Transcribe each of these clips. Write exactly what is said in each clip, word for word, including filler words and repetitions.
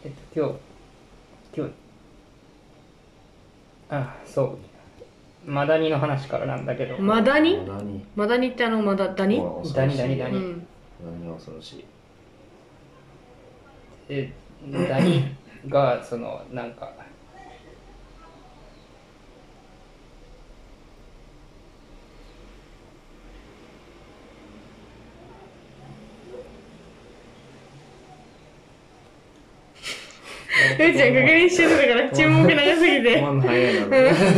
えっと今日今日あそうマダニの話からなんだけど、 マダニマダニマダニってあのマダダニダニダニダニ、 うんマダニは恐ろしい。 でダニがそのなんかうーちゃん確認してたから沈黙長すぎて止まんの早いな。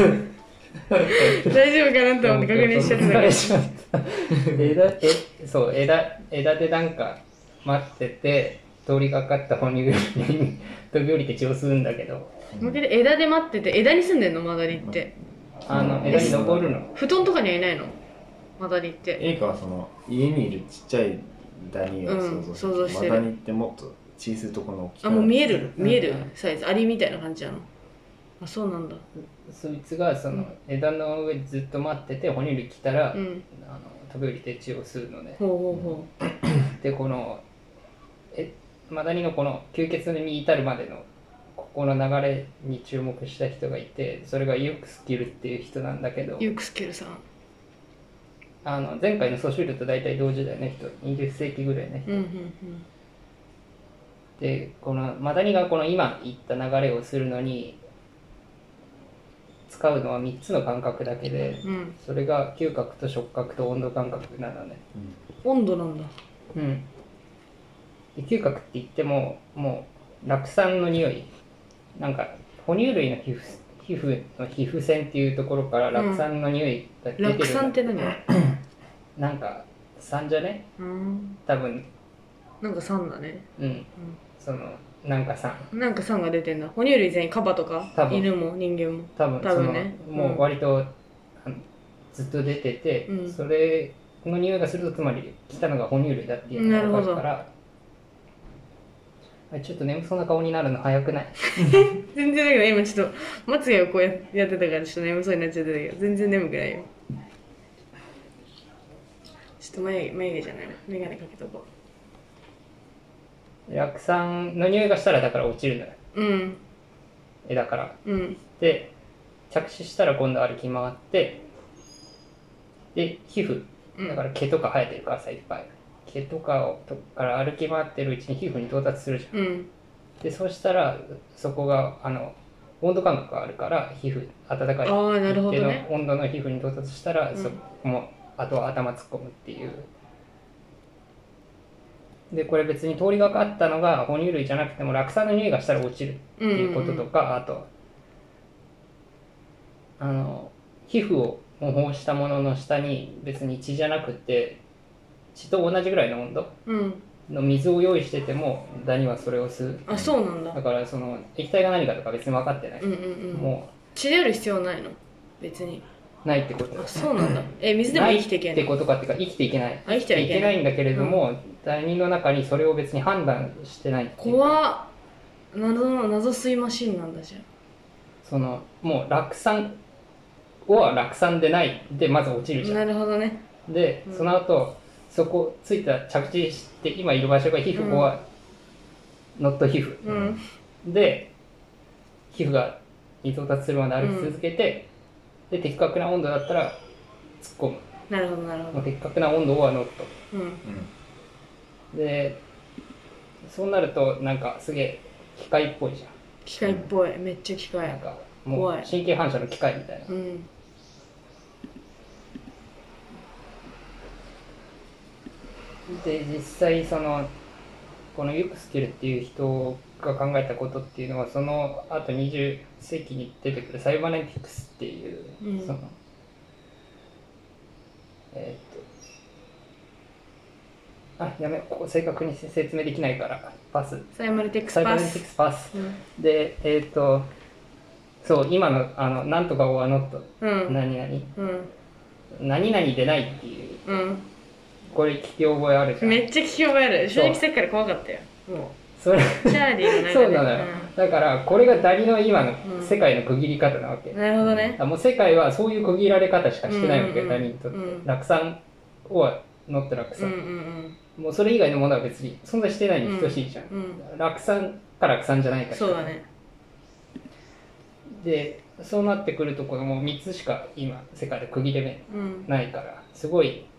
大丈夫かなと思って確認しちゃってたから枝えそう枝枝でなんか待ってて通りかかった哺乳類に飛び降りて血を吸うんだけど、 もう一回で枝で待ってて、枝に住んでんのマダニって。 あの枝に登るの。 布団とかにはいないのマダニって。 エイカはその家にいるちっちゃいダニを想像してる、 うん想像してるマダニってもっと小さいところの大きさ。 あ、もう見える見えるうんサイズ、アリみたいな感じなの。あ、そうなんだ。 そいつがその枝の上でずっと待ってて哺乳類来たら、 うん。 あの飛び降りて血を吸うのね。 ほうほうほでこのえマダニのこの吸血に至るまでのここの流れに注目した人がいて、それがユークスキルっていう人なんだけど、 う。ユークスケルさん。 あの前回のソシュールと大体同時代の人、にじゅっ世紀ぐらいの人、 うんうんでこのマダニがこの今言った流れをするのに使うのはみっつの感覚だけで、 うん。うん。 それが嗅覚と触覚と温度感覚なのね。 温度なんだ。 うんで嗅覚って言ってももう酪酸の匂い、なんか哺乳類の皮膚皮膚の皮膚腺っていうところから酪酸の匂いが出てる、 酪酸って何？ なんか酸じゃねうん。 多分。 なんか酸だね。 うんそのなんか酸なんか酸が出てんだ。哺乳類全員カバとか多分犬も人間も。 多分多分ねそのもう割と、あのずっと出てて、 うんそれの匂いがするとつまり来たのが哺乳類だっていうのが分かるから。あちょっと眠そうな顔になるの早くない？ 全然だけど今ちょっとまつげをこうややってたからちょっと眠そうになっちゃってたけど全然眠くないよ。ちょっと眉毛眉毛じゃないな、眼鏡かけとこ酪酸の匂いがしたらだから落ちるのよ、 う。うん枝から。 うんで着地したら今度歩き回ってで皮膚だから毛とか生えてるからさいっぱい毛とかをとから歩き回ってるうちに皮膚に到達するじゃん。 うんでそうしたらそこがあの温度感覚があるから皮膚暖かいあーなるほどね一定の温度の皮膚に到達したら、 うんそこもあとは頭突っ込むっていう。でこれ別に通りがかったのが哺乳類じゃなくても酪酸の匂いがしたら落ちるっていうこととか、あとあの皮膚を模倣したものの下に別に血じゃなくて血と同じぐらいの温度うんの水を用意しててもダニはそれを吸う。 あ、そうなんだ。 だからその液体が何かとか別に分かってない、 うんうんうん。 も血である必要ないの別に。 うないってこと。 あ、そうなんだ。え、水でも生きていけんの？ ないってことかっていうか生きていけないあ生きてはいけないいけないんだけれども、ダニの中にそれを別に判断してないっていうか、 怖っ。謎の謎吸いマシンなんだじゃん。 そのもう酪酸は酪酸でないでまず落ちるじゃん。 なるほどね。 で、 うんその後そこついた着地して今いる場所が皮膚は、ノット皮膚、 うんで皮膚がに到達するまで歩き続けて、で的確な温度だったら突っ込む。 なるほどなるほど。 もう的確な温度はノットうん。 で、そうなるとなんかすげえ機械っぽいじゃ機械っぽい。めっちゃ機ん。なん械。 かもう怖い神経反射の機械みたいな。 うん。 で実際そのこのユクスケルっていう人が考えたことっていうのはその後にじゅっ世紀に出てくるサイバネティクスっていう、 うんそのえーっとあやめここ正確に説明できないからパス。 サイマルテックスサイバパス。 ネティクスパス、 うん。 でえーっとそう今のあのなんとかオアノット、 うん。 何々 うん。 何々でないっていううん。 これ聞き覚えあるじゃん。 めっちゃ聞き覚えある。正直さっきから怖かったよ。もそれう。チャーリーの中で。 そうなのよ、だからこれがダニの今のうん世界の区切り方なわけ、 うん。なるほどね。 あもう世界はそういう区切られ方しかしてないわけ、 うんうんうんダニにとって、 うん酪酸はノット酪酸、 うんうんもうそれ以外のものは別に存在してないに等しいじゃん、 うん。 酪酸か酪酸じゃないかしかそうだね。 でそうなってくるところもみっつしか今世界で区切れ目うんないからすごい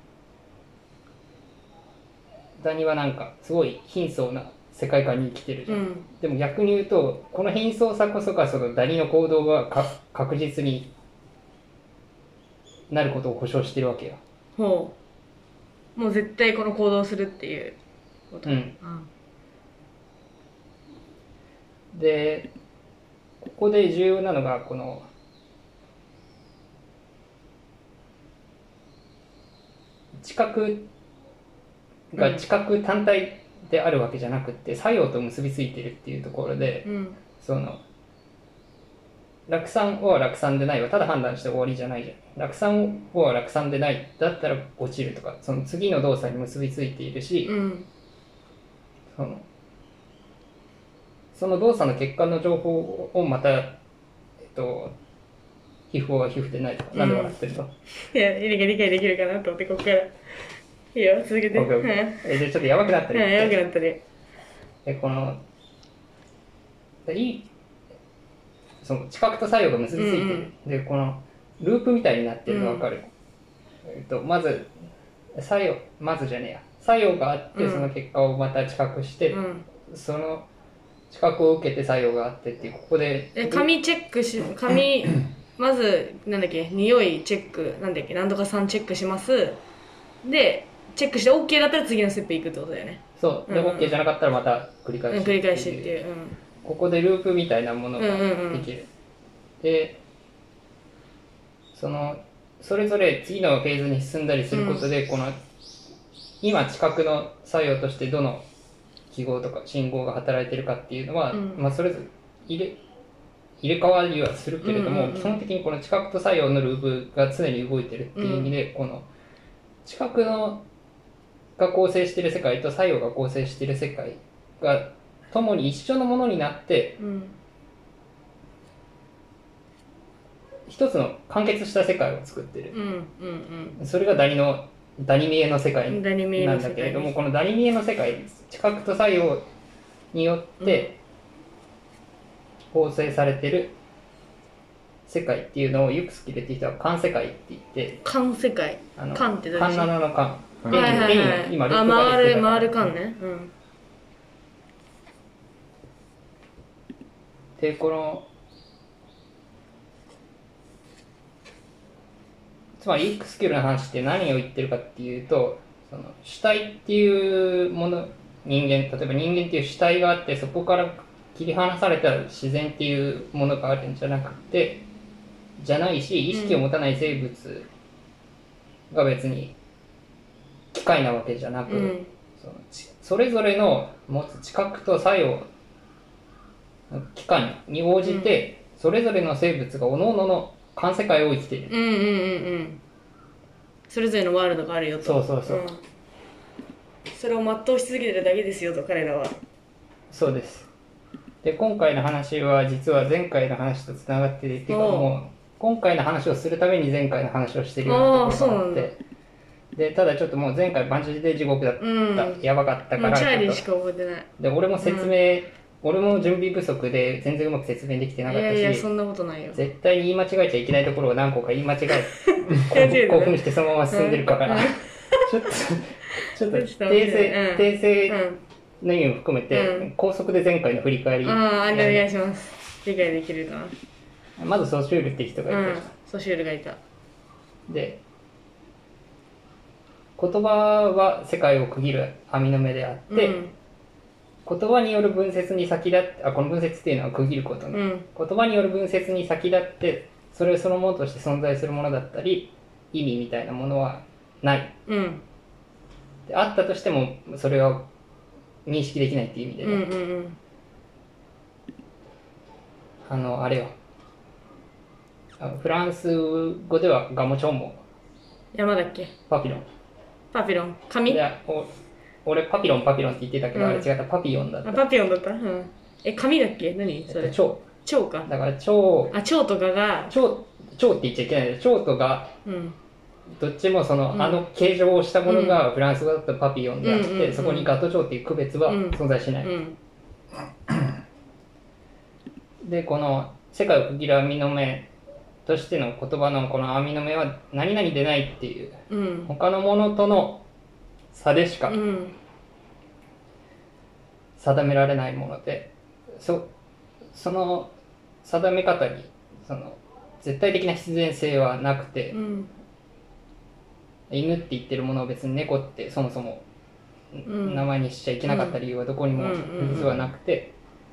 ダニはなんかすごい貧相な世界観に生きてるじゃん、 うんでも逆に言うとこの貧相さこそがそのダニの行動がか確実になることを保証してるわけよ。 ほう、もう絶対この行動をするっていうこと。 うんうんでここで重要なのがこの知覚が知覚単体であるわけじゃなくって作用と結びついてるっていうところで、 うんその酪酸は酪酸でないはただ判断して終わりじゃないじゃん。酪酸は酪酸でないだったら落ちるとかその次の動作に結びついているし、 うんそのその動作の結果の情報をまた、えっと、皮膚は皮膚でないとか、なんで笑ってるの？ いや、理解理解できるかなと思って、ここから。いいよ、続けて。 オッケーオッケーうんえじゃあちょっとやばくなったりうん、やばくなったり。 えこのいいその知覚と作用が結びついてる、 うんでこのループみたいになってるの分かる、えっとまず作用まずじゃねえや作用があって、 うんその結果をまた知覚して、 うん。 その知覚を受けて作用があってっていうここでえ、髪チェックし、髪、まず、なんだっけ、匂いチェック、なんだっけ、なんとかさんチェックします。で、チェックして OK だったら次のステップ行くってことだよね。 そうで、 うんうん OK じゃなかったらまた繰りうん、 返し繰り返しっていう。うん。 ここでループみたいなものがうんうんうんできる、でそのそれぞれ次のフェーズに進んだりすることで、この今知覚の作用としてどの記号とか信号が働いてるかっていうのは、 うんまあ、それぞれ入れ入れ替わりはするけれども、 うんうんうん基本的にこの知覚と作用のループが常に動いてるっていう意味で、この知覚のが構成している世界と作用が構成している世界が共に一緒のものになってうん。 一つの完結した世界を作ってる、 うん。うん。 それがダニのダニ見えの世界うん。ダニ見えなんだの世界けれども、このダニ見えの世界知覚と作用によって構成されてる世界っていうのをユクスキルっていう人は環世界って言って、 環世界。 あの環ってどうでしょ環七の環うん円はいはい円はい。 の今ルーあ、 プが回る、 できてたから回る環ね。うん。 でこのつまりユクスキルの話って何を言ってるかっていうと、その主体っていうもの人間例えば人間っていう主体があってそこから切り離された自然っていうものがあるんじゃなくてじゃないし意識を持たない生物が別に機械なわけじゃなく、 うん。 そのちそれぞれの持つ知覚と作用の期間に応じて、それぞれの生物が各々の環世界を生きている、 うんうんうんうん。それぞれのワールドがあるよと。 そうそうそう、 んそれを全うし続けてるだけですよと、彼らは。 そうです。で今回の話は実は前回の話とつながっているっていうか、 おうもう今回の話をするために前回の話をしているようなところがあっあて、でただちょっともう前回バンジーで地獄だった、 うんやばかったからもうチャーリーちょっしか覚えてない。 とで俺も説明、俺も準備不足で全然うまく説明できてなかったし、 いやいや、そんなことないよ。 絶対に言い間違えちゃいけないところを何個か言い間違間違ええたね興奮してそのまま進んでるから、 うんちょっとちょっとちょっと訂正、 うん訂正うん。 の意味も含めて、 うん高速で前回の振り返り、 ああ、あれお願いします。理解できるかな。 まずソシュールって人がいて、 うん。ソシュールがいた。 で言葉は世界を区切る網の目であって、 うん。 言葉による分節に先立ってあこの分節っていうのは区切ることね、 うん。 言葉による分節に先立ってそれそのものとして存在するものだったり意味みたいなものはないうん。 であったとしてもそれは認識できないっていう意味でね、 うんうんうん。 あのあれよあフランス語ではガモチョンモ山だっけパピロンパピロン。髪いやお俺パピロンパピロンって言ってたけど、 うんあれ違ったパピヨンだったあ、パピロンだったうん。え、髪だっけ何それ。 えっと蝶か。 蝶だから蝶あ、蝶とかが、 蝶蝶って言っちゃいけないで蝶とがうん。 どっちもその、 うんあの形状をしたものがフランス語だったパピヨンであって、 うんうんうんそこにガトチョウっていう区別はうん存在しない、 うん。 でこの世界を区切る網の目としての言葉のこの網の目は何々でないっていう、 うん、 他のものとの差でしかうん定められないもので、そその定め方にその絶対的な必然性はなくて、 うん、 犬って言ってるものを別に猫ってそもそもうん名前にしちゃいけなかった理由はどこにも実はなくて、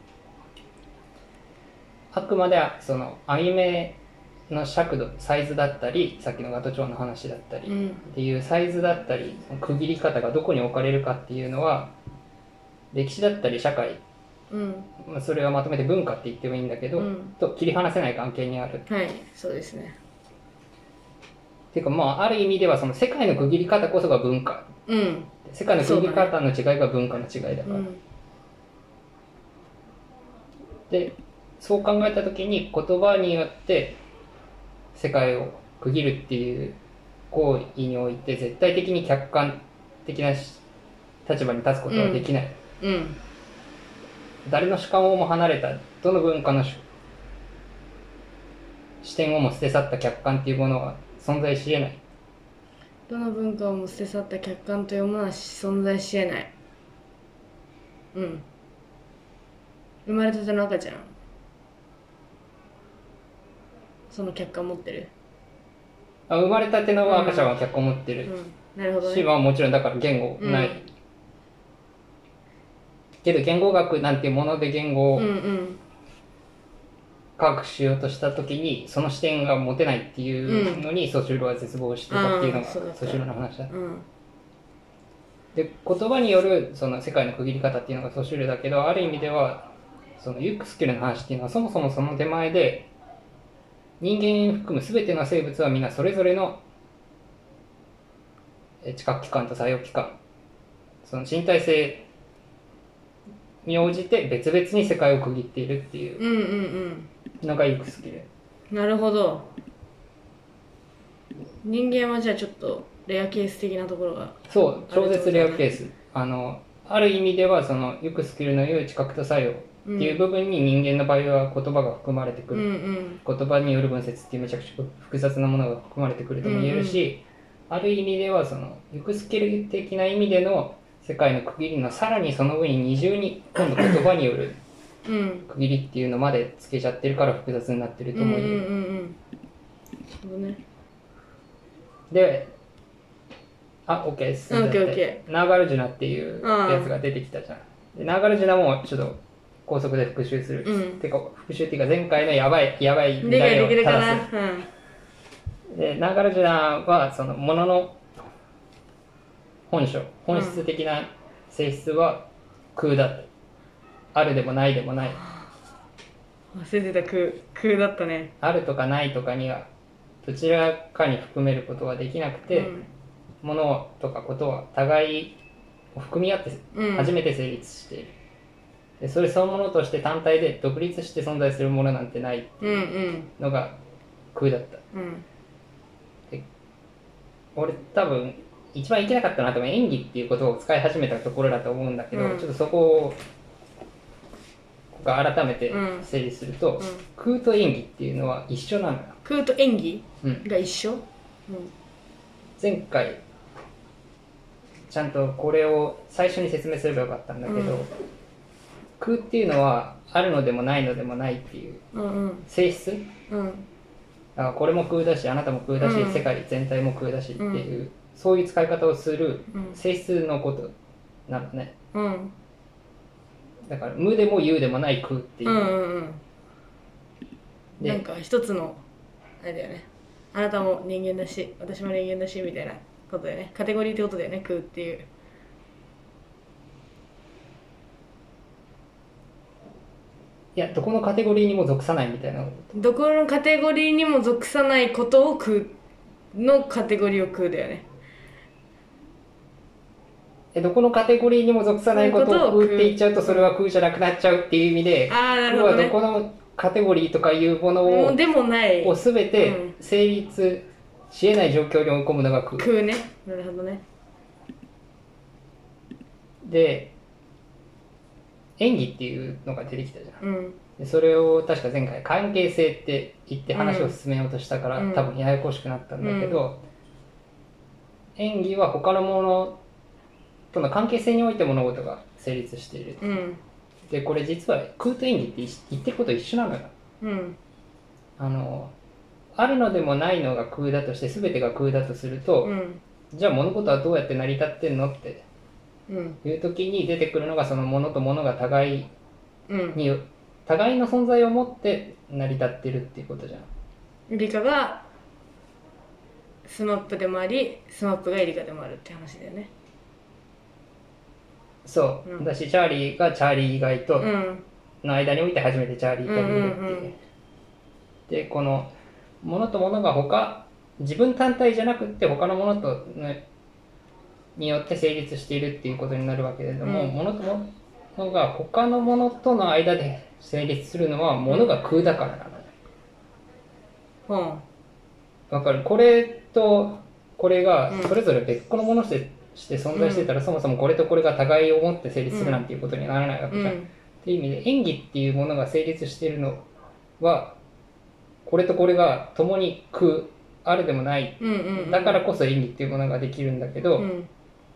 あくまでその網目の尺度サイズだったり、さっきのガトチョウの話だったりうんっていうサイズだったり区切り方がどこに置かれるかっていうのは歴史だったり社会、 うんまあそれはまとめて文化って言ってもいいんだけど、 うんと切り離せない関係にある。 はいそうですね。 っていうかまあある意味ではその世界の区切り方こそが文化、 うん世界の区切り方の違いが文化の違いだから、 うんでそう考えた時に言葉によって世界を区切るっていう行為において絶対的に客観的な立場に立つことはできない、 うんうん誰の主観をも離れたどの文化の視点をも捨て去った客観っていうものは存在し得ない。 どの文化をも捨て去った客観というものは存在し得ない。うん生まれたての赤ちゃんその客観持ってる。 あ生まれたての赤ちゃんは客観を持ってる、 うんなるほどし、 ね。 まあもちろんだから言語ない、 うんけど言語学なんていうもので言語をうんうん科学しようとした時にその視点が持てないっていうのにソシュロは絶望してたっていうのがうんそうだったソシュロの話だ。 うんで言葉によるその世界の区切り方っていうのがソシュロだけど、ある意味ではそのユックスキルの話っていうのはそもそもその手前で人間含む全ての生物はみんなそれぞれのえ知覚器官と作用器官、その身体性に応じて別々に世界を区切っているっていううんうんのがユックスキル。 うんなるほど。人間はじゃあちょっとレアケース的なところが。 そう超絶レアケース。あのある意味ではそのユックスキルの言う知覚と作用っていう部分に人間の場合は言葉が含まれてくうんうる、 ん言葉による分節っていうめちゃくちゃ複雑なものが含まれてくるとも言えるし、ある意味ではそのユックスキル的な意味での世界の区切りのさらにその上に二重に今度言葉によるうん区切りっていうのまでつけちゃってるから複雑になってるとうんうん思うよ、 うんうんそうね。 であ OK ですオッケーオッケナーガルジュナっていうやつが出てきたじゃん。でナーガルジュナもちょっと高速で復習する、 うんてか復習っていうか前回のやばいやばい理解できるかな。 正すでナーガルジュナはそのものの本性本質的な性質は空だった、あるでもないでもない、 うん忘れてた空空だったね。 あるとかないとかにはどちらかに含めることはできなくて、 うんものとかことは互いを含み合ってうん初めて成立している、でそれそのものとして単体で独立して存在するものなんてないうんうんのが空だった。 うん俺多分一番いけなかったなと思う演技っていうことを使い始めたところだと思うんだけど、 うんちょっとそこをが改めてうん整理すると、 うん空と演技っていうのは一緒なのよ、 空と演技うん、 が一緒。うん前回ちゃんとこれを最初に説明すればよかったんだけど、 うん空っていうのはあるのでもないのでもないっていううんうん性質、 うんだからこれも空だしあなたも空だし、 うん世界全体も空だしっていう、そういう使い方をするうん性質のことなのね。 うんだから無でも有でもない空っていうう、 んうんうんでなんか一つのあれだよね。あなたも人間だし私も人間だしみたいなことだよね。カテゴリーってことだよね空っていう。 いやどこのカテゴリーにも属さないみたいな。 どこのカテゴリーにも属さないことを空のカテゴリーを空だよね。 えどこのカテゴリーにも属さないことをそういうことを空って言っちゃうとそれは空じゃなくなっちゃうっていう意味で、 ああなる空はほどね。 どこのカテゴリーとかいうものをもうでもないを全うてん成立し得ない状況に追い込むのが空空ね。なるほどね。 で、演技っていうのが出てきたじゃん。 うんでそれを確か前回関係性って言って話を進めようとしたから、 うん多分ややこしくなったんだけど、演技は他のものとの関係性において物事が成立している。 うんでこれ実は空と演技って言ってること一緒なのよ。 うんあのあるのでもないのが空だとして全てが空だとすると、 うんじゃあ物事はどうやって成り立ってんのってうんいう時に出てくるのが、その物と物が互いうんに互いの存在を持って成り立ってるっていうことじゃん。 リカがスマップでもありスマップがエリカでもあるって話だよね。 そう、 うんだしチャーリーがチャーリー以外とうんの間において初めてチャーリーがいるっていう、 うんうんうんでこの物と物が他自分単体じゃなくって他のものと、ね、によって成立しているっていうことになるわけれども、 うん物と物が他のものとの間で成立するのは物が空だからなのね。 うんわかる。これとこれがうんそれぞれ別個のものとしてして存在してたら、そもそもこれとこれが互いを持って成立するなんていうことにはならないわけじゃん。 うんっていう意味で演技っていうものが成立しているのはこれとこれが共に空あるでもないうんうんだからこそ演技っていうものができるんだけど、 うん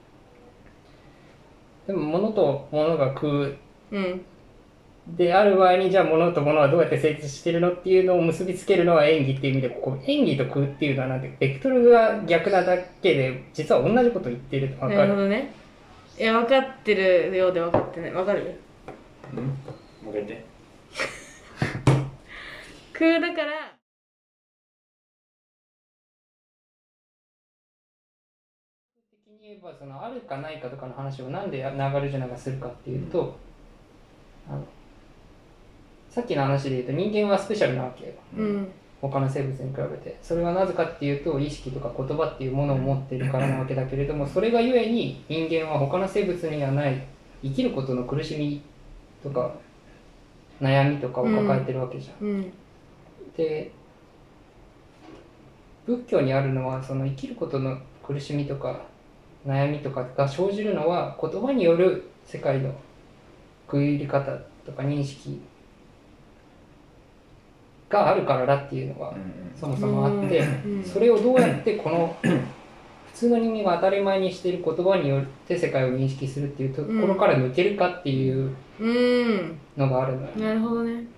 でも物と物が空うんである場合に、じゃあ物と物はどうやって成立してるのっていうのを結びつけるのは演技っていう意味で、ここ演技と空っていうのはなんてベクトルが逆なだけで実は同じことを言ってると分なかる。 るほどね。いや分かってるようで分かってない。分かる？ うんもう一回言って空だから的に言えばそのあるかないかとかの話をなんで流れジュナがするかっていうと、あのさっきの話で言うと人間はスペシャルなわけよ、 うん他の生物に比べて。それはなぜかっていうと意識とか言葉っていうものを持っているからなわけだけれども、それがゆえに人間は他の生物にはない生きることの苦しみとか悩みとかを抱えてるわけじゃん。 うんで仏教にあるのはその生きることの苦しみとか悩みとかが生じるのは言葉による世界の区切り方とか認識があるからだっていうのがそもそもあって、 うんそれをどうやってこの普通の人間が当たり前にしている言葉によって世界を認識するっていうところから抜けるかっていううんのがあるのよ。 なるほどね。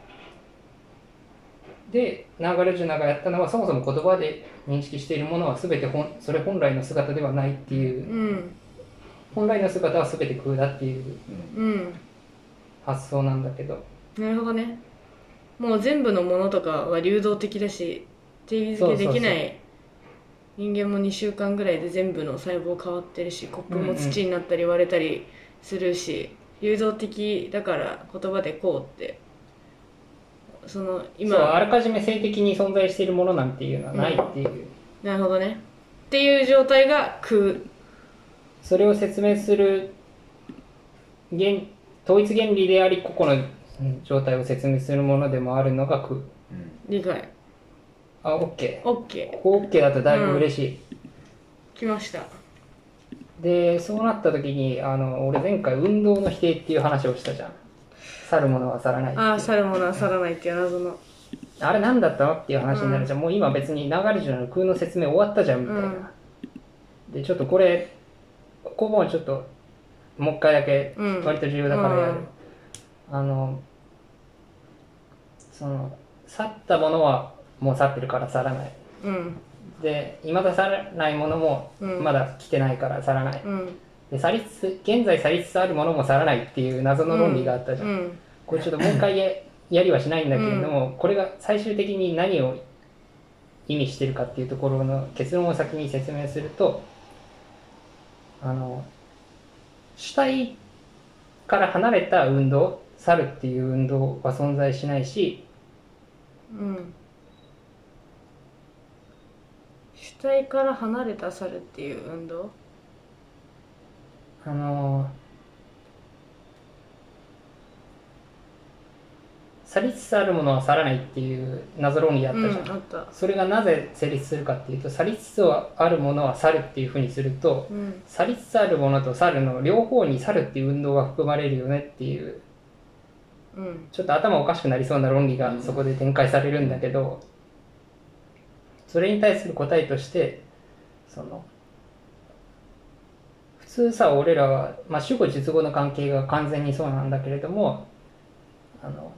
でナーガルジュナがやったのは、そもそも言葉で認識しているものは全て本それ本来の姿ではないっていう、 うん本来の姿は全て空だっていううん発想なんだけど、 なるほどね。もう全部のものとかは流動的だし定義づけできない人間もにしゅうかんぐらいで全部の細胞変わってるし、コップも土になったり割れたりするし、流動的だから言葉でこうってそのそう今あらかじめ性的に存在しているものなんていうのはないっていう、 なるほどねっていう状態が空。 それを説明する原統一原理であり個々の状態を説明するものでもあるのが空。 理解。 あ、OK。 OK ここ OK だとだいぶ嬉しい、 来ました。 でそうなった時にあの俺前回運動の否定っていう話をしたじゃん。去るものは去らないっていう。 ああ去るものは去らないっていう謎の。 あれ何だったのっていう話になるじゃん、もう今別に流れじゃの空の説明終わったじゃんみたいな、でちょっとこれここもちょっともう一回だけうん割と重要だからやる、 うんあのその去ったものはもう去ってるから去らないうんで未だ去らないものもうんまだ来てないから去らない、 うんで去りつつ現在去りつつあるものも去らないっていう謎の論理があったじゃん、 うんこれちょっともう一回ややりはしないんだけれども、これが最終的に何を意味してるかっていうところの結論を先に説明すると、あの主体から離れた運動、去るっていう運動は存在しないし、 うん主体から離れた去るっていう運動。 あの去りつつあるものは去らないっていう謎論理あったじゃん、 うん、あった。 それがなぜ成立するかっていうと、去りつつあるものは去るっていうふうにすると、 うん去りつつあるものと去るの両方に去るっていう運動が含まれるよねっていううんちょっと頭おかしくなりそうな論理がそこで展開されるんだけど、それに対する答えとしてその普通さ俺らは、まあ、主語述語の関係が完全にそうなんだけれども、あの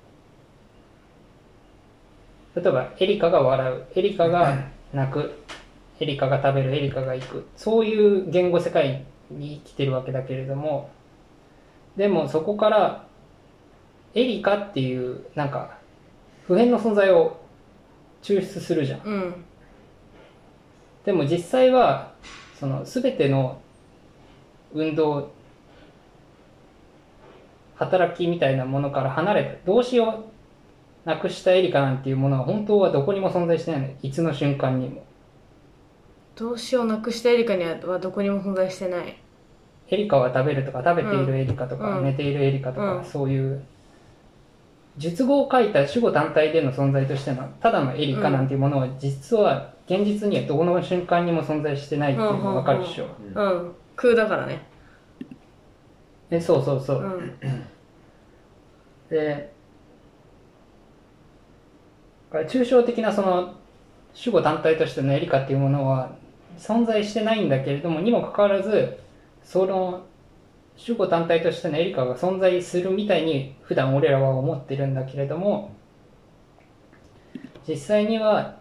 例えばエリカが笑う、エリカが泣く、エリカが食べる、エリカが行く、そういう言語世界に生きてるわけだけれども、でもそこからエリカっていうなんか普遍の存在を抽出するじゃん。 うんでも実際はその全ての運動働きみたいなものから離れた動詞をなくしたエリカなんていうものは本当はどこにも存在してないのよ、いつの瞬間にも。 動詞をなくしたエリカにはどこにも存在してない。 エリカは食べるとか食べているエリカとか、 うん、 寝ているエリカとか、 うん、 そういう述語を書いた主語単体での存在としてのただのエリカなんていうものは実は現実にはどこの瞬間にも存在してないっていうのが分かるでしょ。 うん、うん、空だからね。 えそうそうそう、 うん、 で抽象的なその主語単体としてのエリカっていうものは存在してないんだけれども、にもかかわらずその主語単体としてのエリカが存在するみたいに普段俺らは思ってるんだけれども、実際には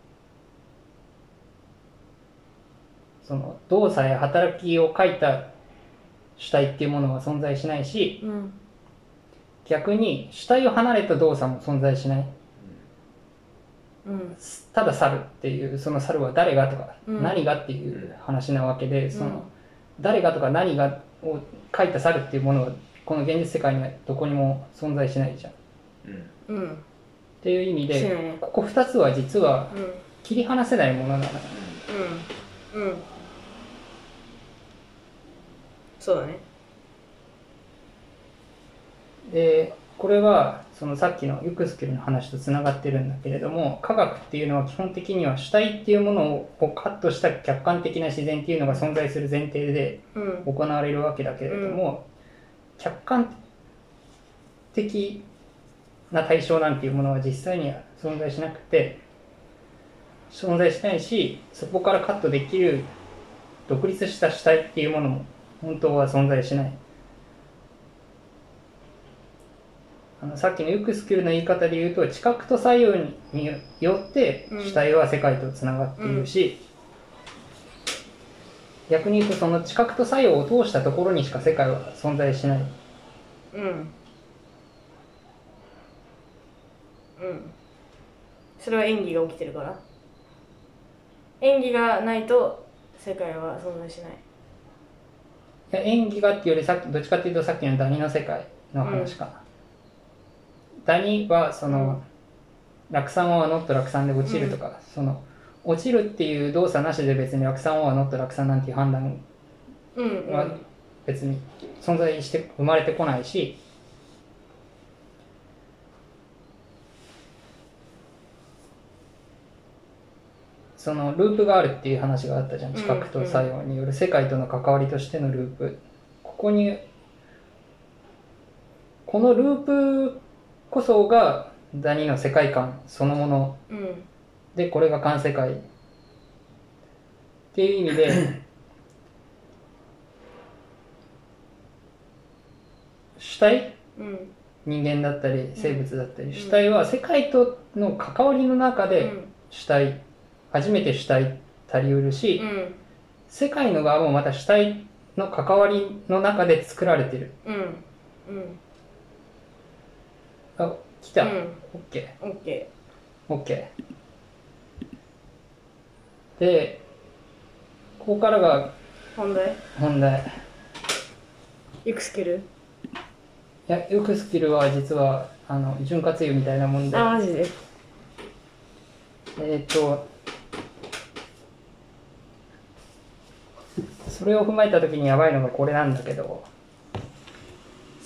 その動作や働きを書いた主体っていうものは存在しないし、 うん、 逆に主体を離れた動作も存在しない、 うん、 ただ猿っていうその猿は誰がとか、 うん、 何がっていう話なわけで、その誰がとか何がを書いた猿っていうものはこの現実世界にはどこにも存在しないじゃん、 うん、 っていう意味で、 ね、 ここふたつは実は切り離せないものなの。 うん、うん、そうだね。 でこれはそのさっきのユクスキュルの話とつながってるんだけれども、科学っていうのは基本的には主体っていうものをカットした客観的な自然っていうのが存在する前提で行われるわけだけれども、うん、客観的な対象なんていうものは実際には存在しなくて存在しないし、そこからカットできる独立した主体っていうものも本当は存在しない。あのさっきのユクスキュルの言い方で言うと、知覚と作用によって主体は世界とつながっているし、うん、逆に言うとその知覚と作用を通したところにしか世界は存在しない。 うんうんそれは演技が起きてるから。演技がないと世界は存在しない。 いや演技がっていうよりさっきどっちかっていうとさっきのダニの世界の話かな、うん、ダニはその、うん、落酸はノット落酸で落ちるとか、うん、その落ちるっていう動作なしで別に落酸はノット落酸なんていう判断は別に存在して生まれてこないし、そのループがあるっていう話があったじゃん。知覚と作用による世界との関わりとしてのループ。ここにこのループこそがダニの世界観そのもので、これが環世界っていう意味で主体、うん、人間だったり生物だったり、うん、主体は世界との関わりの中で主体、初めて主体足りうるし、うん、世界の側もまた主体の関わりの中で作られてる。うんうん、あ、来た。うん、オッケー。 オッケー。オッケー。で、ここからが本題。 本題。 ユクスキル？いや、ユクスキルは実はあの潤滑油みたいなもんで。 あ、マジで。 えっと。それを踏まえたときにやばいのがこれなんだけど、 あ、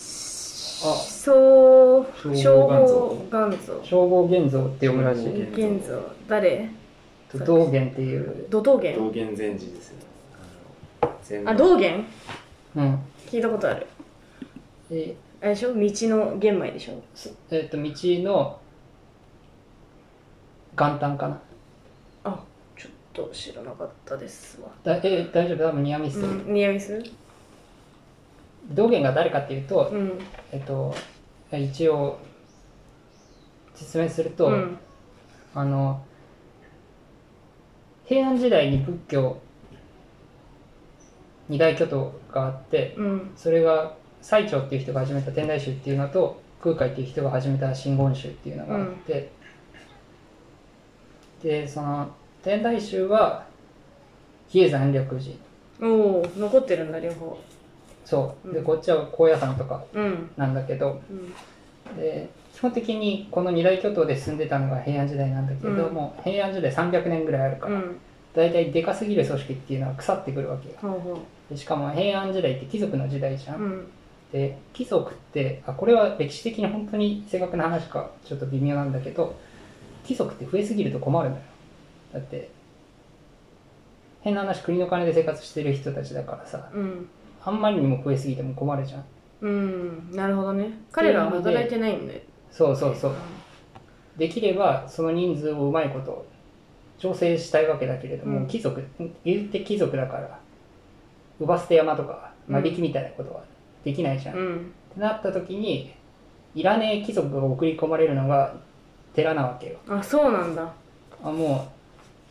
そう消防現像消防現像って読むらしい。 現像誰？ 道元っていう道道元道元禅師ですよ。 あ、道元？ うん、 聞いたことある。 えあれでしょ、道の玄米でしょ。 えっと道の元旦かな。 あ、ちょっと知らなかったですわ。 だえ大丈夫、多分ニアミス、 うん、ニアミス。 道元が誰かっていうと、 うん、 えっと一応説明すると、 うん、 あの平安時代に仏教二大巨頭があって、 うん、 それが最澄っていう人が始めた天台宗っていうのと空海っていう人が始めた真言宗っていうのがあって、うん、でその天台宗は比叡山延暦寺、 おお、残ってるんだ両方。 そうで、こっちは高野山とかなんだけど、 うん、 で基本的にこの二大巨頭で進んでたのが平安時代なんだけど、うん、もう平安時代さんびゃくねんぐらいあるから、うん、だいたいでかすぎる組織っていうのは腐ってくるわけよ、うん、でしかも平安時代って貴族の時代じゃん、うん、で貴族ってあこれは歴史的に本当に正確な話かちょっと微妙なんだけど、貴族って増えすぎると困るのよ。だって変な話、国の金で生活してる人たちだからさ、うん、あんまりにも増えすぎても困るじゃん。 うん、なるほどね。彼らは働いてないんで。 そうそうそう。できればその人数をうまいこと調整したいわけだけれども、うん、貴族、言って貴族だから、姥捨て山とか間引きみたいなことはできないじゃん。うん、ってなった時に、いらねえ貴族が送り込まれるのが寺なわけよ。 あ、そうなんだ。 あ、もう、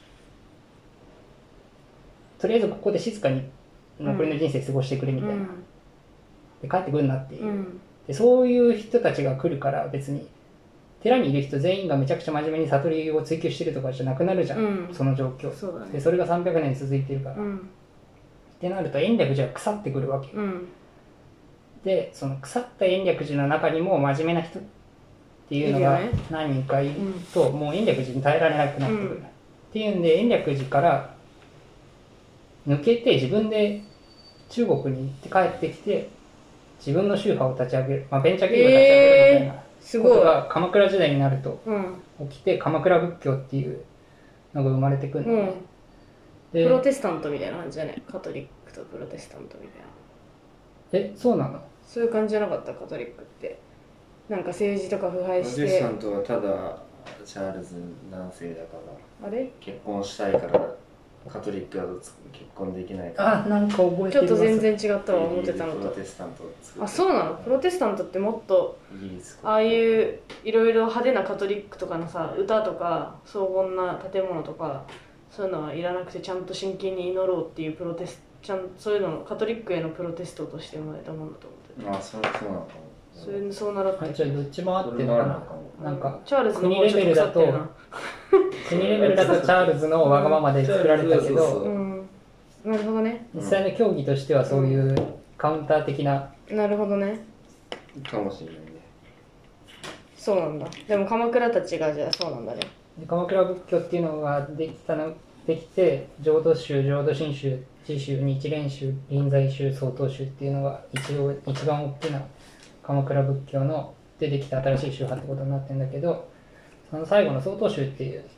とりあえずここで静かに残りの人生過ごしてくれみたいな。うん、で帰ってくるなっていう、うん、でそういう人たちが来るから別に寺にいる人全員がめちゃくちゃ真面目に悟りを追求してるとかじゃなくなるじゃん、うん、その状況。そうだね、でそれがさんびゃくねん続いてるから、うん、ってなると延暦寺は腐ってくるわけ、うん、でその腐った延暦寺の中にも真面目な人っていうのが何人かいると、もう延暦寺に耐えられなくなってくる、うん、っていうんで延暦寺から抜けて自分で中国に行って帰ってきて自分の宗派を立ち上げる、まあ、ベンチャー企業を立ち上げるみたいなことが鎌倉時代になると起きて、鎌倉仏教っていうのが生まれてくるのね、うん、 でプロテスタントみたいな感じじゃない？カトリックとプロテスタントみたいな。 え、そうなの？ そういう感じじゃなかった？カトリックってなんか政治とか腐敗して。 プロテスタントはただチャールズ何世だからあれ結婚したいからカトリックだと結婚できないから。あ、なんか覚えてる。 ちょっと全然違ったわ、思ってたのと。 プロテスタントあ、そうなの？プロテスタントってもっとああいういろいろ派手なカトリックとかのさ、歌とか荘厳な建物とかそういうのはいらなくて、ちゃんと真剣に祈ろうっていうプロテスちゃんそういうのカトリックへのプロテストとして生まれたもんだと思って。 あ、それそうなのかも。 それそう習って。 じゃあどっちもあってるのかな。なんかチャールズの国レベルだと国レベルだとチャールズのわがままで作られたけど、うん、 なるほどね。 実際の競技としてはそういうカウンター的な、 うん、なるほどね。 かもしれないね。 そうなんだ。でも鎌倉たちがじゃあそうなんだね。 で鎌倉仏教っていうのができたのできて、浄土宗、浄土真宗、智宗、日蓮宗、臨済宗、曹洞宗っていうのが一応一番大きな鎌倉仏教のでできた新しい宗派ってことになってるんだけど、その最後の曹洞宗っていう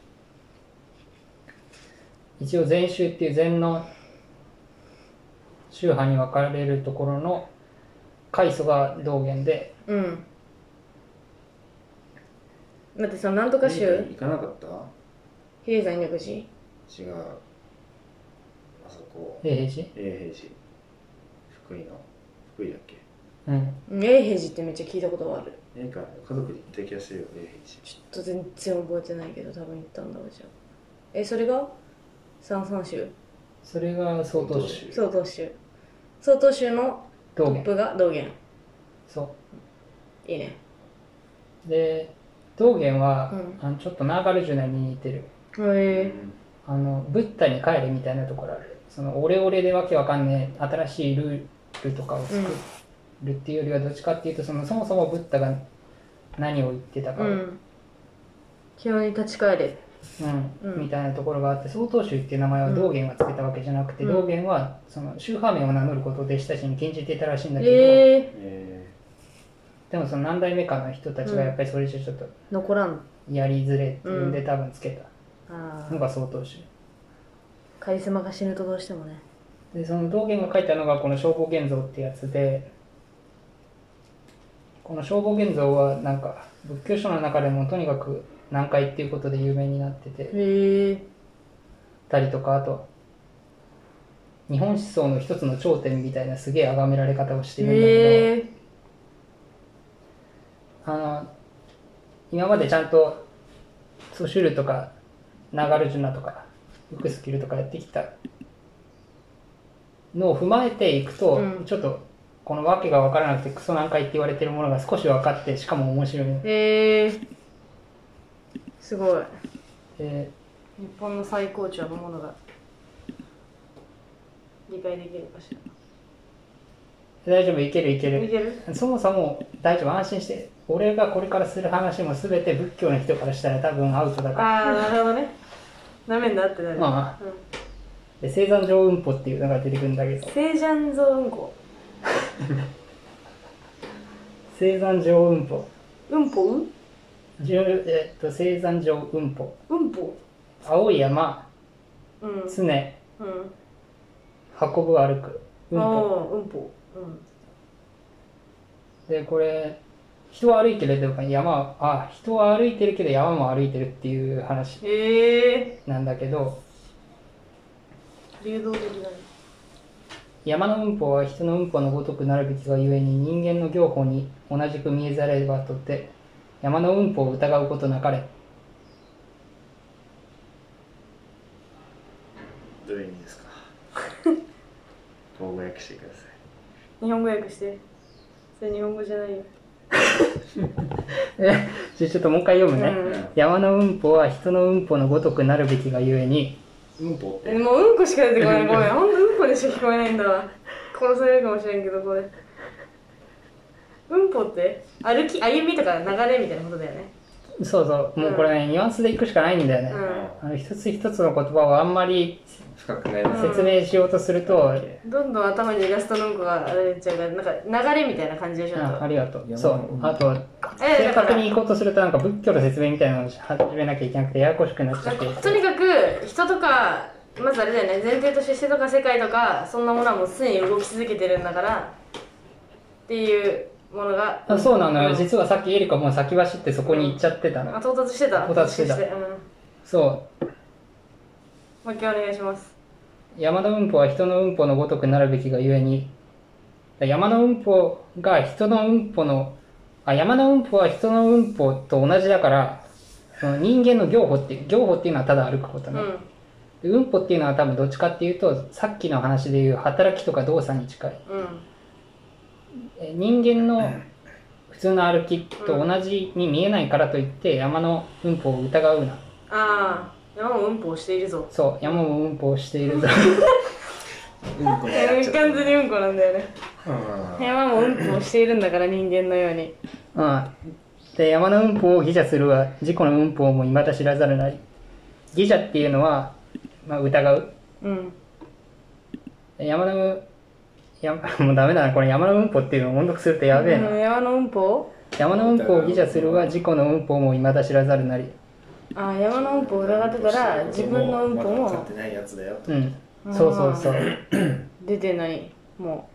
一応禅宗っていう禅の宗派に分かれるところの開祖が道元で、 うん。だってさ、なんとか宗行かなかった？ 比叡山延暦寺？ 違う。あそこ。 永平寺？ 永平寺。福井の。福井だっけ？ うん。 永平寺ってめっちゃ聞いたことがある。 なんか家族で行った気がするよ、永平寺。 ちょっと全然覚えてないけど、多分行ったんだわ、じゃあ。え、それが三三宗？ それが曹洞宗。 曹洞宗。曹洞宗のトップが道元。 そう。 いいね。 で、道元は、うん、あのちょっとナーガルジュナに似てる。 へえ。 あのブッダに帰れみたいなところある。そのオレオレでわけわかんねえ新しいルールとかを作るっていうよりはどっちかっていうと、そのそもそもブッダが何を言ってたかを、うん、 基本に立ち返れ、 うんうん、みたいなところがあって、曹洞宗っていう名前は道元がつけたわけじゃなくて、うん、道元はその宗派名を名乗ることを弟子たちに禁じていたらしいんだけど、えー、でもその何代目かの人たちがやっぱりそれじゃちょっと残らんやりづれっていうんで多分つけたのが曹洞宗。 カリスマが死ぬとどうしてもね。 でその道元が書いたのがこの正法現像ってやつで、 この正法現像はなんか仏教書の中でもとにかく難解っていうことで有名になっててへえたりとか、あと日本思想の一つの頂点みたいなすげえ崇められ方をしてるんだけど、 へえあの今までちゃんとソシュルとかナガルジュナとかウクスキルとかやってきたのを踏まえていくと、 うんちょっとこの訳が分からなくてクソ難解って言われてるものが少し分かって、しかも面白い。 へえすごい。 で日本の最高潮のものが理解できるかし大丈夫、いけるいけら。いる。 ける？ そもそも大丈夫、安心して。俺がこれからする話も全て仏教の人からしたら多分アウトだから。 ああなるほどね。なめんなってなる。 ああうんで青山上雲法っていうのが出てくるんだけど、 聖ジャンゾうんこ。 青山上雲法。 うんぽう？ じゅえっと青山上雲法。 うんぽ。 青い山、 うん。 常、 うん。 運ぶ歩く。雲法。 ああうんぽ。うん。 で、これ、人は歩いてるとか山、あ、人は歩いてるけど山も歩いてるっていう話へえなんだけど、 流動的だね。 山の雲法は人の雲法のごとくなるべきがゆえに人間の行法に同じく見えざればとて山の雲法を疑うことなかれ。 どういう意味ですか？口語訳してください。 日本語訳して。それ日本語じゃないよ。 えじゃあちょっともう一回読むね、 うん山の雲法は人の雲法のごとくなるべきがゆえに、 うんぽってえもううんこしか出てこない。ごめん。ほんとうんこでしか聞こえないんだわ。殺されるかもしれんけど、これ。うんぽって歩き、歩みとか流れみたいなことだよね。 そうそう、もうこれね、ニュアンスでいくしかないんだよね、 うあの一つ一つの言葉をあんまり深くないですうん説明しようとすると、 ん。どんどん頭にイラストのうんこが出ちゃうから、なんか流れみたいな感じでしょ。 あありがとう。 山のそう。あと、 え正確に行こうとするとなんか仏教の説明みたいなのを始めなきゃいけなくてややこしくなっちゃって。 とにかく人とかまずあれだよね、前提として人とか世界とかそんなものはもう常に動き続けてるんだからっていうものがあそうなのよ、 うん実はさっきエリカもう先走ってそこに行っちゃってたの。 あ到達してた到達してたうん、 そもう一回お願いします。 う。山の雲法は人の雲法のごとくなるべきがゆえに、山の雲法が人の雲法の、あ、山の雲法は人の雲法と同じだから、その人間の行法って、行法っていうのはただ歩くことね。 うんで雲法っていうのは多分どっちかっていうと、さっきの話でいう働きとか動作に近い。 うんえ人間の普通の歩きと同じに見えないからといって山の雲法を疑うな。 ああ山もうんぽをしているぞ。 そう、山も雲法をしているぞ。 うんこになっ完ちゃった全にうんこなんだよね。 うん山もうんこをしているんだから人間のように。 うん。で、山の雲法を義者するは自己の雲法も未だ知らざるなり。義者っていうのは、まあ、疑う。 うんで山の、やもうダメだな、これ山の雲法っていうのを音読するとやべえな。 うん山のうんぽ山の雲法を義者するは自己の雲法も未だ知らざるなり。 ああ山のうんぽを疑ってたら自分のうんぽまだ分かもってないやつだよ。 うん。そうそうそう。 出てんのにも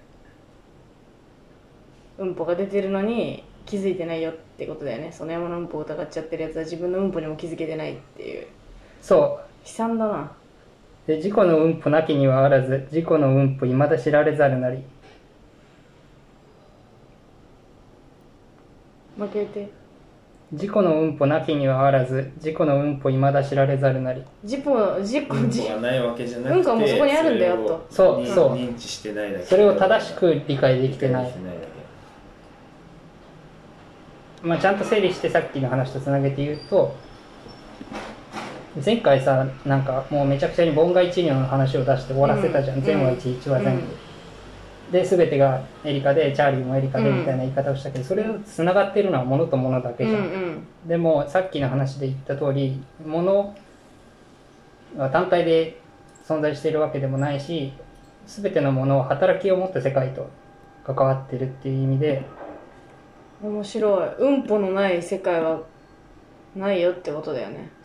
ううんぽが出てるのに気づいてないよってことだよね。その山のうんぽを疑っちゃってるやつは自分のうんぽにも気づけてないっていう。 そう。 悲惨だな。 で自己の雲法なきにはあらず、自己の雲法未だ知られざるなり。 もう一回言って。 自己の雲法なきにはあらず、自己の雲法未だ知られざるなり。 自己自己うん自こがないわけじゃなくて、 うんこはもうそこにあるんだよとそうそう認知してないだけ。 それを正しく理解できてない理解できてないだけ。 まあ、ちゃんと整理してさっきの話とつなげて言うと、前回さ、なんかもうめちゃくちゃに盆外治療の話を出して終わらせたじゃん、 うん全話いち、いち話全部。で、全てがエリカで、チャーリーもエリカでみたいな言い方をしたけど、それをつながってるのは物と物だけうんじゃん。 うんでも、さっきの話で言った通り、物は単体で存在しているわけでもないし、全てのものは働きを持った世界と関わってるっていう意味で、 面白い。うんぽのない世界はないよってことだよね。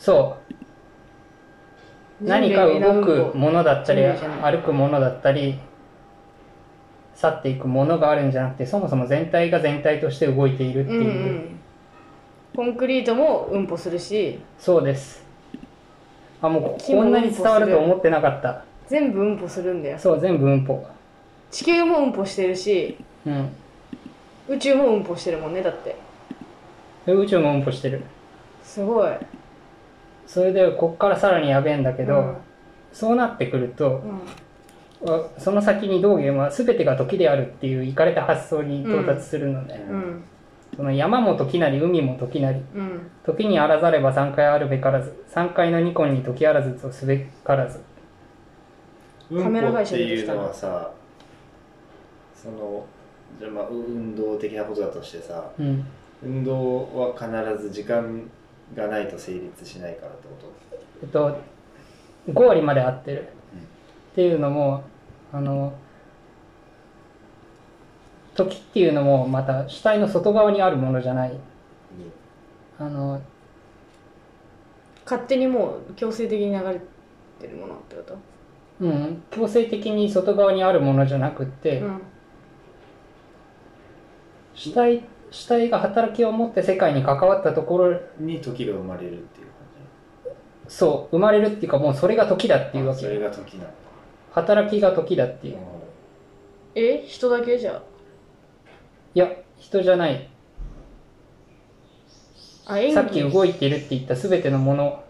そう何か動くものだったり人類皆うんぽ歩くものだったり去っていくものがあるんじゃなくて、そもそも全体が全体として動いているっていう、 うんうん、コンクリートもうんぽするし、 そうです。あ、もうこんなに伝わると思ってなかった。 全部うんぽするんだよ。 そう、全部うんぽ。 地球もうんぽしてるし、 うん、 宇宙もうんぽしてるもんね。だって宇宙もうんぽしてる。 すごい。 それでこっからさらにやべえんだけど、うん、そうなってくると、うん、その先に道元は全てが時であるっていうイかれた発想に到達するので、うんうん、その山も時なり海も時なり、うん、時にあらざれば三回あるべからず、三回の二根に時あらずとすべからず。 うんこっていうのはさ、そのじゃあまあ運動的なことだとしてさ、うん、運動は必ず時間がないと成立しないからってこと？ えっとご割まで合ってる、うん、っていうのも、あの時っていうのもまた主体の外側にあるものじゃない、うん、あの勝手にもう強制的に流れてるものってこと？ うん、強制的に外側にあるものじゃなくって、うん、主体、主体が働きを持って世界に関わったところに時が生まれるっていう感じ。そう、生まれるっていうか、もうそれが時だっていうわけ。 それが時なの。 働きが時だっていう。 え、人だけじゃ？ いや、人じゃない。あ、さっき動いているって言った全てのもの、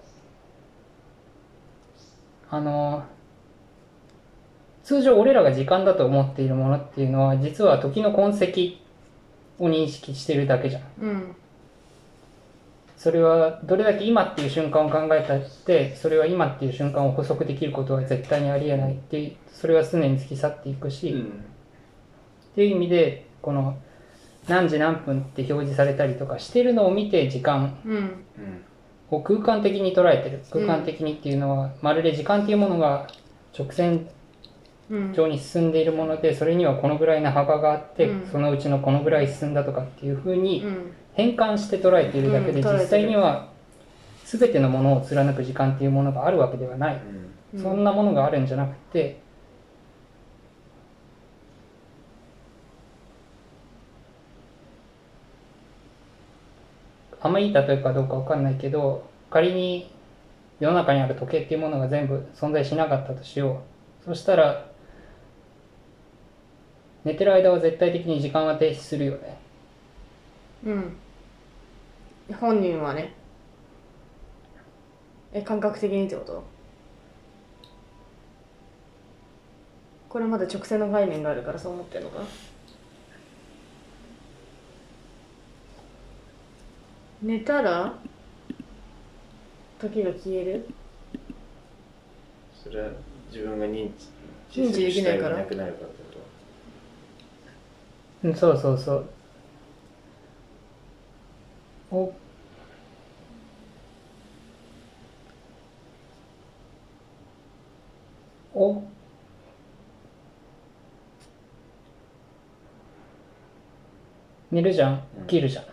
あの通常俺らが時間だと思っているものっていうのは実は時の痕跡を認識してるだけじゃん、うん、それはどれだけ今っていう瞬間を考えたってそれは今っていう瞬間を補足できることは絶対にありえないって、それは常に突き去っていくし、うん、っていう意味でこの何時何分って表示されたりとかしてるのを見て時間を空間的に捉えてる。空間的にっていうのはまるで時間っていうものが直線上に進んでいるもので、それにはこのぐらいの幅があって、そのうちのこのぐらい進んだとかっていうふうに変換して捉えているだけで、実際には全てのものを貫く時間っていうものがあるわけではない。そんなものがあるんじゃなくて、あんまいい例えかどうかわかんないけど、仮に世の中にある時計っていうものが全部存在しなかったとしよう。そしたら寝てる間は絶対的に時間は停止するよね。 うん。本人はね。え、感覚的にってこと？これまだ直線の概念があるからそう思ってるのか？寝たら時が消える？ それは自分が認知認知できないから。 なくなるからってこと？ うん、そうそうそう。おお寝るじゃん、起きるじゃん、うん、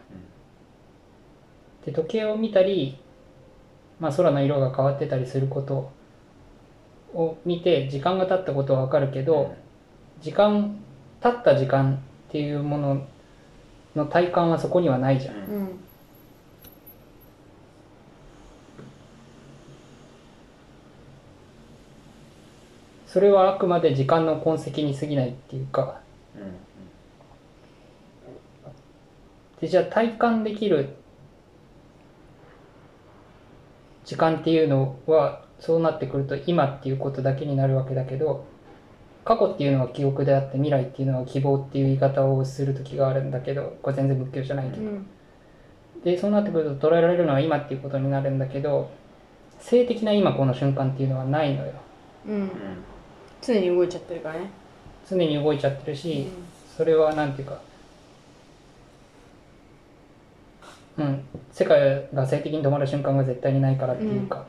で時計を見たり、まあ、空の色が変わってたりすることを見て時間が経ったことは分かるけど、うん、時間経った時間っていうものの体感はそこにはないじゃん、うん、それはあくまで時間の痕跡に過ぎないっていうか、うんうん、でじゃあ体感できる時間っていうのはそうなってくると今っていうことだけになるわけだけど、過去っていうのは記憶であって未来っていうのは希望っていう言い方をする時があるんだけど、これ全然仏教じゃないけど、うん、でそうなってくると捉えられるのは今っていうことになるんだけど、性的な今この瞬間っていうのはないのよ、 うん、常に動いちゃってるからね。 常に動いちゃってるし、うん、それはなんていうか、うん、世界が性的に止まる瞬間が絶対にないからっていうか、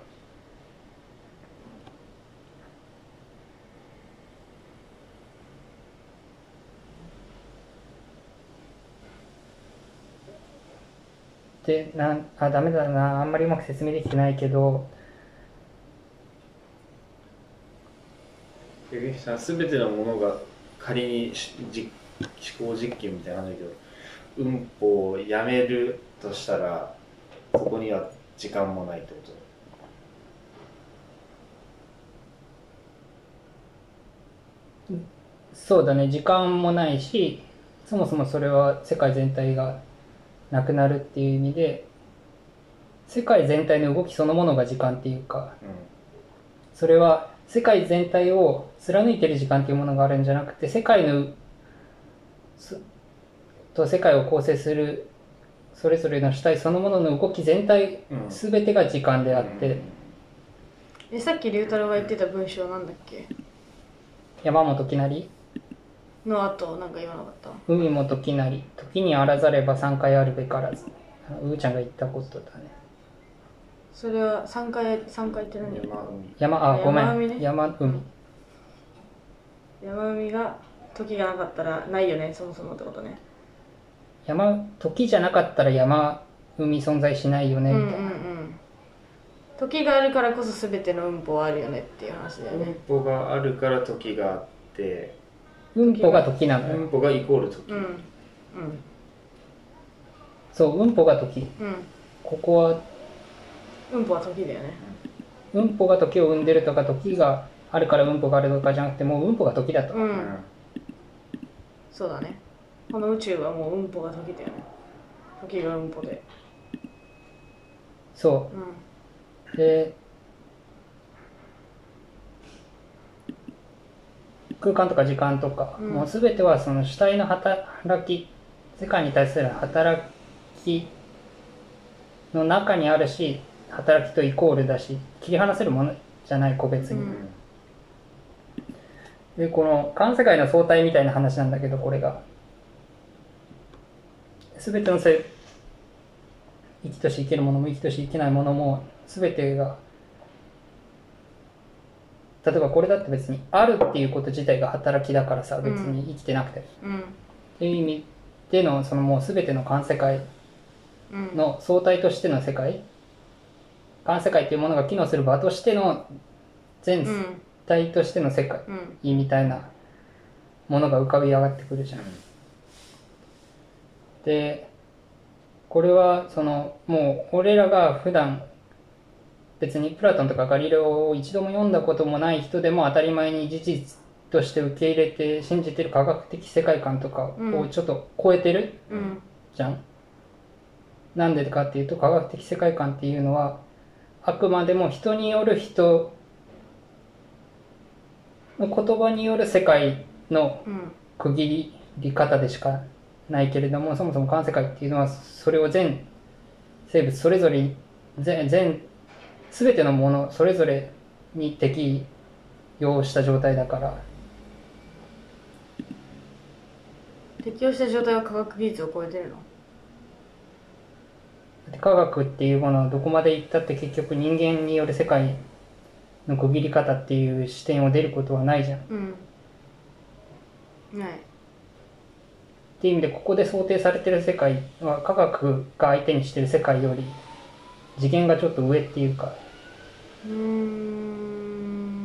うん、でなんあダメだな、あんまりうまく説明できてないけど、 全てのものが仮に実思考実験みたいな感じだけど、うんぽをやめるとしたらそこには時間もないってこと？ そうだね、時間もないし、そもそもそれは世界全体がなくなるっていう意味で、世界全体の動きそのものが時間っていうか、うん、それは世界全体を貫いてる時間っていうものがあるんじゃなくて、世界のと世界を構成するそれぞれの主体そのものの動き全体全てが時間であって、うんうん、 えさっき龍太郎が言ってた文章なんだっけ？ 山も時なりの後なんか言わなかった？ 海も時なり時にあらざれば三回あるべからず、うーちゃんが言ったことだね。 それはさんかいさんかいって何？ 山海山あごめん山海、ね、 山海山海が時がなかったらないよね、そもそもってことね。 山時じゃなかったら山海存在しないよねみたいな、うんうんうん、 時があるからこそ全ての運法はあるよねっていう話だよね。 運法があるから時があって、 運法が時なのよ。 運法がイコール時、 うんうん、 そう運法が時、うん、ここは運法は時だよね。 運法が時を生んでるとか時があるから運法があるとかじゃなくて、もう運法が時だと、 うん、そうだね。この宇宙はもう運法が時だよね。時が運法で。 そう、うん、で空間とか時間とか、うん、もう全てはその主体の働き、世界に対する働きの中にあるし、働きとイコールだし、切り離せるものじゃない個別に、うん、でこの環世界の相対みたいな話なんだけど、これが全てのせ生きとし生けるものも生きとし生けないものも全てが、例えばこれだって別にあるっていうこと自体が働きだからさ、別に生きてなくて、うん、っていう意味でのそのもう全ての環世界の相対としての世界、環世界っていうものが機能する場としての全体としての世界みたいなものが浮かび上がってくるじゃん。でこれはそのもう俺らが普段別にプラトンとかガリレオを一度も読んだこともない人でも当たり前に事実として受け入れて信じてる科学的世界観とかをちょっと超えてる、うん、じゃん。なんでかっていうと、科学的世界観っていうのはあくまでも人による人の言葉による世界の区切り方でしかないけれども、そもそも環世界っていうのはそれを全生物それぞれ全全全てのものそれぞれに適用した状態だから。 適用した状態は科学技術を超えてるの？ 科学っていうものはどこまでいったって結局人間による世界の区切り方っていう視点を出ることはないじゃん。 うん、ない。 っていう意味でここで想定されてる世界は科学が相手にしてる世界より次元がちょっと上っていうか。 うーん。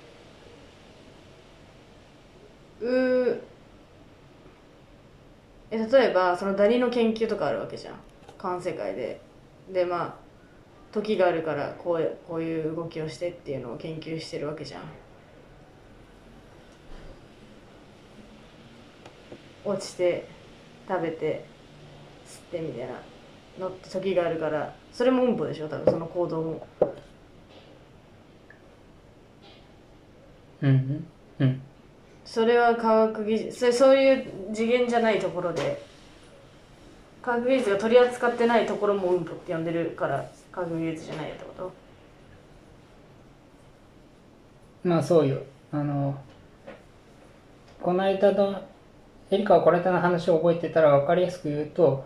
うえ例えばそのダニの研究とかあるわけじゃん、環世界で。でまあ時があるからこうこういう動きをしてっていうのを研究してるわけじゃん。落ちて食べて吸ってみたいなのって時があるから、それも運法でしょ多分、その行動も。 うんうん。 それは科学技術、それそういう次元じゃないところで、科学技術が取り扱ってないところも運法って呼んでるから科学技術じゃないってこと？ まあそうよ。あのこの間のエリカはこの間の話を覚えてたら分かりやすく言うと、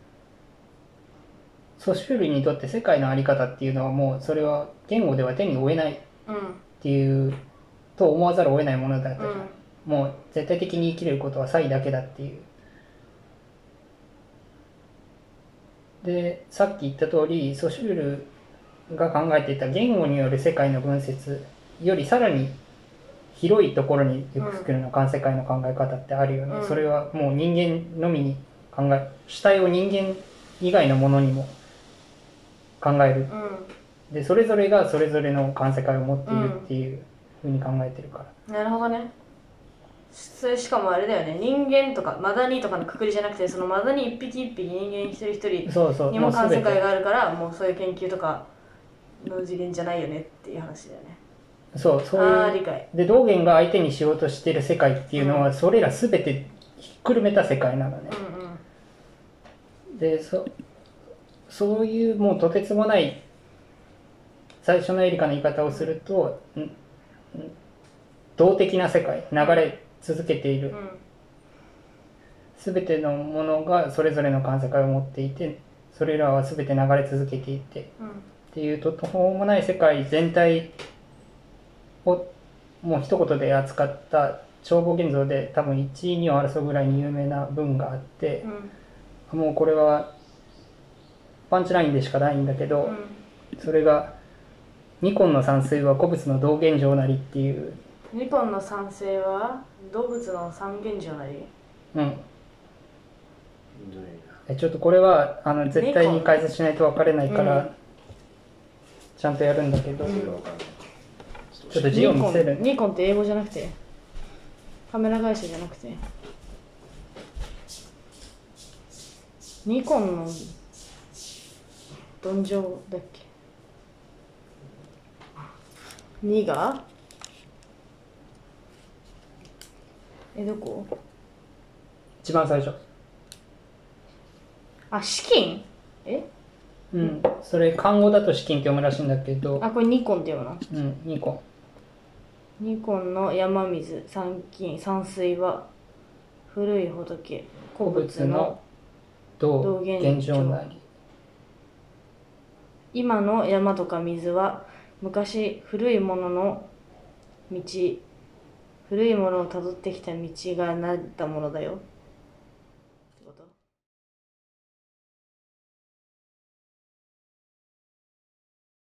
ソシュールにとって世界の在り方っていうのはもうそれは言語では手に負えないっていう、うん、と思わざるを得ないものだったじゃん、うん、もう絶対的に生きれることは差異だけだっていう。でさっき言った通りソシュールが考えていた言語による世界の分節よりさらに広いところに行くの環世界の考え方ってあるよね、うん、それはもう人間のみに考え主体を人間以外のものにも考える、うん、でそれぞれがそれぞれの環世界を持っているっていうふうに考えてるから、 うん、なるほどね。それしかもあれだよね、人間とかマダニとかのくくりじゃなくて、そのマダニ一匹一匹人間一人一人にも環世界があるから、もうそういう研究とかの次元じゃないよねっていう話だよね。 そう、そういう。 あー、理解。 で、道元が相手にしようとしてる世界っていうのは、うん、それら全てひっくるめた世界なのね。うんうん、で、そ、そういうもうとてつもない最初のエリカの言い方をすると、んん動的な世界、流れ続けている。すべ、うん、てのものがそれぞれの環世界を持っていて、それらはすべて流れ続けていて、うん、っていうと途方もない世界全体をもう一言で扱った長母現像で多分いちいにを争うぐらいに有名な文があって、うん、もうこれはパンチラインでしかないんだけど、うん、それがニコンの産水は古物の道現像なりっていう。 ニコンの産水は動物の三現像なり。うん。 えちょっとこれはあの絶対に解説しないと分かれないから、うん、ちゃんとやるんだけど、うん、ちょっと字を見せる。 ニコンって英語じゃなくてカメラ会社じゃなくてニコンのどんじょうだっけ。にがえどこ一番最初。 あ、資金えうん、それ漢語だと資金って読むらしいんだけど、 あ、これニコンって読むの。 うん、ニコンニコンの山水山金山水は古い仏古物の道現状なり。 今の山とか水は昔古いものの道古いものをたどってきた道がなったものだよっ